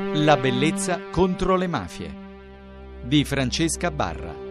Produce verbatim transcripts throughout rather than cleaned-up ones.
La bellezza contro le mafie di Francesca Barra.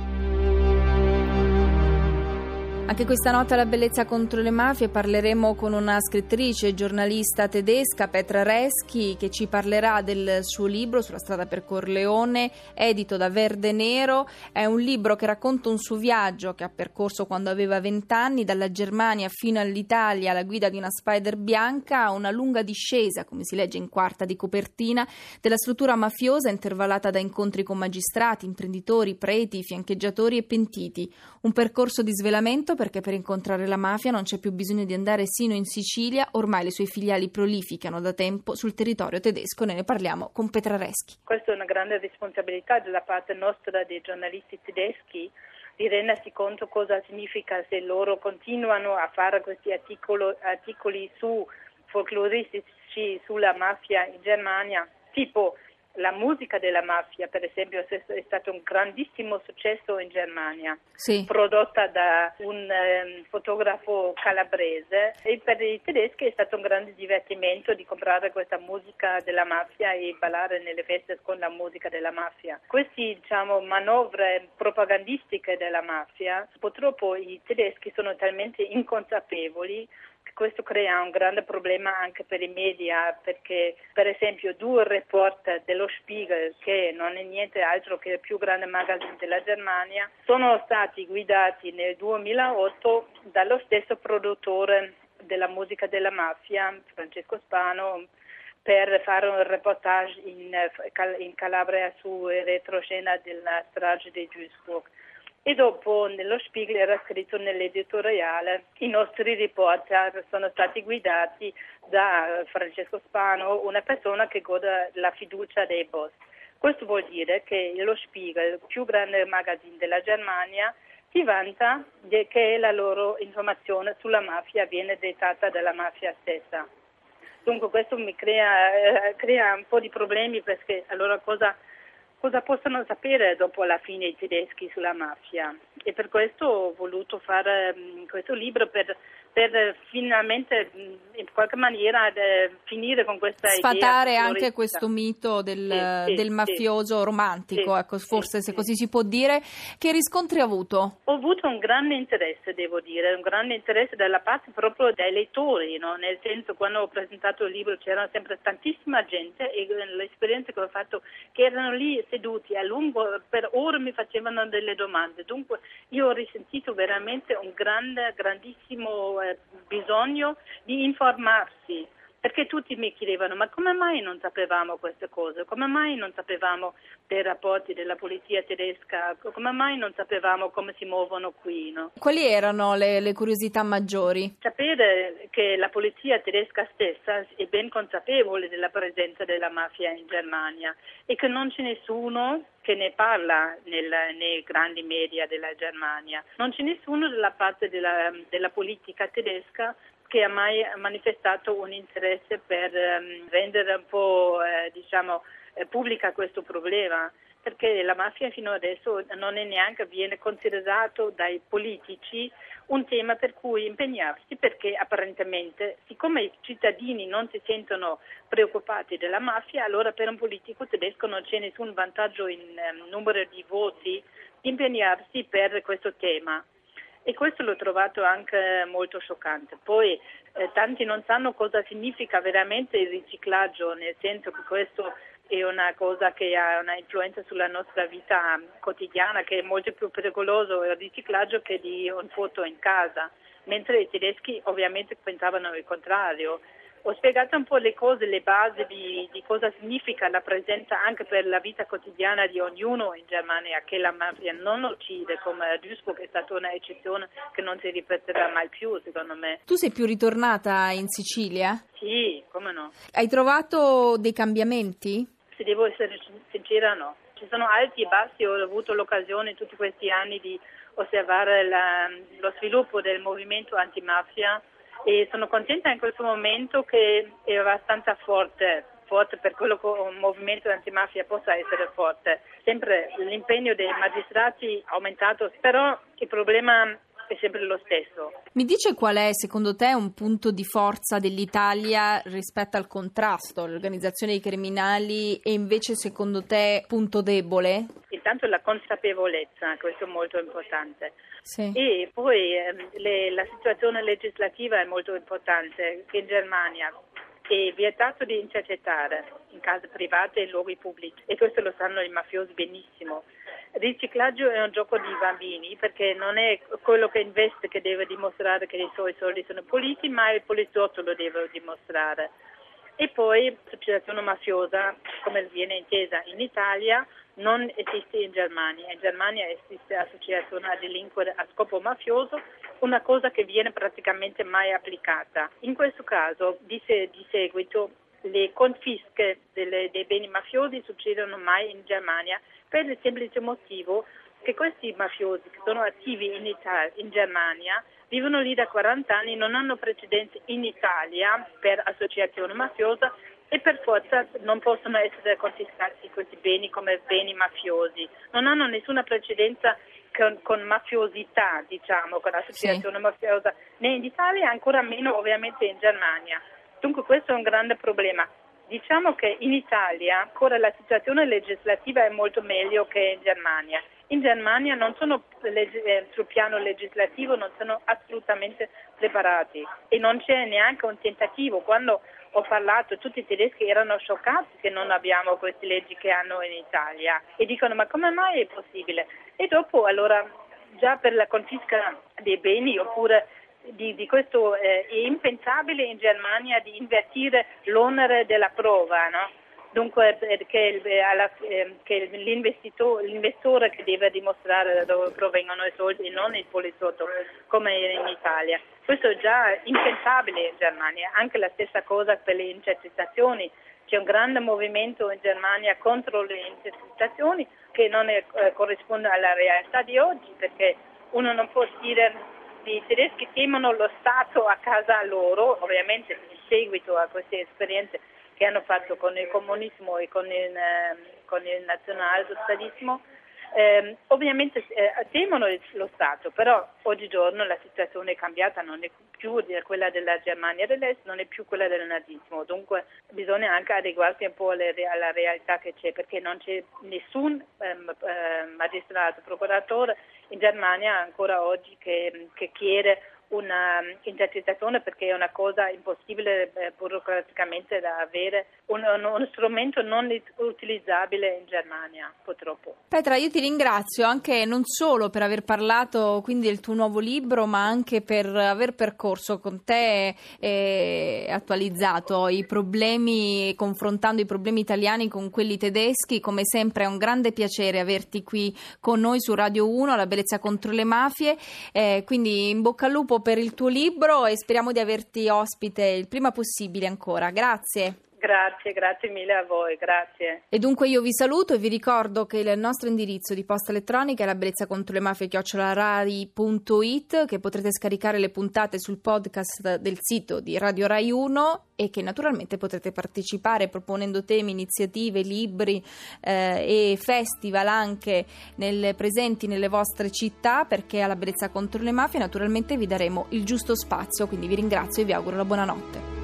Anche questa notte alla bellezza contro le mafie parleremo con una scrittrice e giornalista tedesca, Petra Reschi, che ci parlerà del suo libro Sulla strada per Corleone, edito da Verde Nero. È un libro che racconta un suo viaggio che ha percorso quando aveva vent'anni, dalla Germania fino all'Italia, alla guida di una Spider bianca, una lunga discesa, come si legge in quarta di copertina, della struttura mafiosa intervallata da incontri con magistrati, imprenditori, preti, fiancheggiatori e pentiti. Un percorso di svelamento perché per incontrare la mafia non c'è più bisogno di andare sino in Sicilia, ormai le sue filiali prolificano da tempo sul territorio tedesco. Ne parliamo con Petra Reschi. Questa è una grande responsabilità della parte nostra dei giornalisti tedeschi, di rendersi conto cosa significa se loro continuano a fare questi articolo, articoli su folcloristici sulla mafia in Germania, tipo la musica della mafia, per esempio, è stato un grandissimo successo in Germania, sì, prodotta da un um, fotografo calabrese, e per i tedeschi è stato un grande divertimento di comprare questa musica della mafia e ballare nelle feste con la musica della mafia. Queste, diciamo, manovre propagandistiche della mafia, purtroppo i tedeschi sono talmente inconsapevoli. Questo crea un grande problema anche per i media, perché per esempio due reporter dello Spiegel, che non è niente altro che il più grande magazine della Germania, sono stati guidati nel duemilaotto dallo stesso produttore della musica della mafia, Francesco Spano, per fare un reportage in, in Calabria su retroscena della strage di Duisburg. E dopo nello Spiegel era scritto nell'editoriale: i nostri reporter sono stati guidati da Francesco Spano, una persona che gode la fiducia dei boss. Questo vuol dire che lo Spiegel, il più grande magazine della Germania, si vanta che la loro informazione sulla mafia viene dettata dalla mafia stessa. Dunque questo mi crea, eh, crea un po' di problemi, perché allora cosa... Cosa possono sapere dopo la fine i tedeschi sulla mafia? E per questo ho voluto fare um, questo libro per, per finalmente um, in qualche maniera de, finire con questa sfatare idea anche questo mito del, sì, del sì, mafioso sì, romantico, sì, ecco, forse sì, se così sì. si può dire. Che riscontri ha avuto? Ho avuto un grande interesse, devo dire, un grande interesse dalla parte proprio dei lettori, no? Nel senso, quando ho presentato il libro c'era sempre tantissima gente, e l'esperienza che ho fatto, che erano lì seduti a lungo, per ore mi facevano delle domande. Dunque io ho risentito veramente un grande, grandissimo eh, bisogno di informarsi, perché tutti mi chiedevano: ma come mai non sapevamo queste cose? Come mai non sapevamo dei rapporti della polizia tedesca? Come mai non sapevamo come si muovono qui, no? Quali erano le, le curiosità maggiori? Sapere che la polizia tedesca stessa è ben consapevole della presenza della mafia in Germania e che non c'è nessuno che ne parla nel, nei grandi media della Germania. Non c'è nessuno dalla parte della, della politica tedesca che ha mai manifestato un interesse per um, rendere un po' eh, diciamo eh, pubblica questo problema, perché la mafia fino adesso non è neanche viene considerato dai politici un tema per cui impegnarsi, perché apparentemente, siccome i cittadini non si sentono preoccupati della mafia, allora per un politico tedesco non c'è nessun vantaggio in um, numero di voti impegnarsi per questo tema. E questo l'ho trovato anche molto scioccante. Poi eh, tanti non sanno cosa significa veramente il riciclaggio, nel senso che questo è una cosa che ha una influenza sulla nostra vita quotidiana, che è molto più pericoloso il riciclaggio che di un foto in casa, mentre i tedeschi ovviamente pensavano il contrario. Ho spiegato un po' le cose, le basi di, di cosa significa la presenza anche per la vita quotidiana di ognuno in Germania, che la mafia non uccide, come a Duisburg è stata un'eccezione che non si ripeterà mai più, secondo me. Tu sei più ritornata in Sicilia? Sì, come no. Hai trovato dei cambiamenti? Se devo essere sincera, no. Ci sono alti e bassi, ho avuto l'occasione in tutti questi anni di osservare la, lo sviluppo del movimento antimafia, e sono contenta in questo momento che è abbastanza forte, forte per quello che un movimento antimafia possa essere forte. Sempre l'impegno dei magistrati è aumentato, però il problema è sempre lo stesso. Mi dice qual è secondo te un punto di forza dell'Italia rispetto al contrasto all'organizzazione dei criminali e invece secondo te punto debole? Intanto la consapevolezza, questo è molto importante. Sì. E poi eh, le, la situazione legislativa è molto importante, che in Germania è vietato di intercettare in case private e in luoghi pubblici, e questo lo sanno i mafiosi benissimo. Il riciclaggio è un gioco di bambini, perché non è quello che investe che deve dimostrare che i suoi soldi sono puliti, ma il poliziotto lo deve dimostrare. E poi l'associazione mafiosa, come viene intesa in Italia, non esiste in Germania. In Germania esiste associazione a delinquere a scopo mafioso, una cosa che viene praticamente mai applicata. In questo caso, di, se, di seguito, le confische delle, dei beni mafiosi succedono mai in Germania per il semplice motivo che questi mafiosi che sono attivi in Italia, in Germania, vivono lì da quaranta anni, non hanno precedenze in Italia per associazione mafiosa e per forza non possono essere confiscati questi beni come beni mafiosi. Non hanno nessuna precedenza con, con mafiosità, diciamo, con associazione sì. mafiosa, né in Italia, ancora meno ovviamente in Germania. Dunque questo è un grande problema. Diciamo che in Italia ancora la situazione legislativa è molto meglio che in Germania. In Germania non sono eh, sul piano legislativo non sono assolutamente preparati e non c'è neanche un tentativo. Quando ho parlato, tutti i tedeschi erano scioccati che non abbiamo queste leggi che hanno in Italia e dicono ma come mai è possibile? E dopo allora già per la confisca dei beni oppure Di, di questo eh, è impensabile in Germania di invertire l'onere della prova, no? Dunque eh, che, eh, alla, eh, che l'investitore, l'investore che deve dimostrare da dove provengono i soldi e non il poliziotto come in Italia. Questo è già impensabile in Germania. Anche la stessa cosa per le intercettazioni. C'è un grande movimento in Germania contro le intercettazioni che non è, eh, corrisponde alla realtà di oggi, perché uno non può dire. I tedeschi temono lo Stato a casa loro, ovviamente in seguito a queste esperienze che hanno fatto con il comunismo e con il, eh, con il nazionalsocialismo. Eh, ovviamente eh, temono lo Stato, però oggigiorno la situazione è cambiata, non è più quella della Germania dell'Est, non è più quella del nazismo, dunque bisogna anche adeguarsi un po' alle, alla realtà che c'è, perché non c'è nessun ehm, eh, magistrato, procuratore in Germania ancora oggi che, che chiede una intercettazione, perché è una cosa impossibile eh, burocraticamente da avere, un, un, uno strumento non utilizzabile in Germania, purtroppo. Petra, io ti ringrazio anche non solo per aver parlato quindi del tuo nuovo libro, ma anche per aver percorso con te e attualizzato i problemi, confrontando i problemi italiani con quelli tedeschi. Come sempre è un grande piacere averti qui con noi su Radio uno, La bellezza contro le mafie, eh, quindi in bocca al lupo per il tuo libro e speriamo di averti ospite il prima possibile ancora. Grazie. Grazie, grazie mille a voi, grazie. E dunque io vi saluto e vi ricordo che il nostro indirizzo di posta elettronica è la bellezza contro le mafie chiocciola rai punto it, che potrete scaricare le puntate sul podcast del sito di Radio Rai uno e che naturalmente potrete partecipare proponendo temi, iniziative, libri eh, e festival anche nel, presenti nelle vostre città, perché alla bellezza contro le mafie naturalmente vi daremo il giusto spazio, quindi vi ringrazio e vi auguro la buonanotte.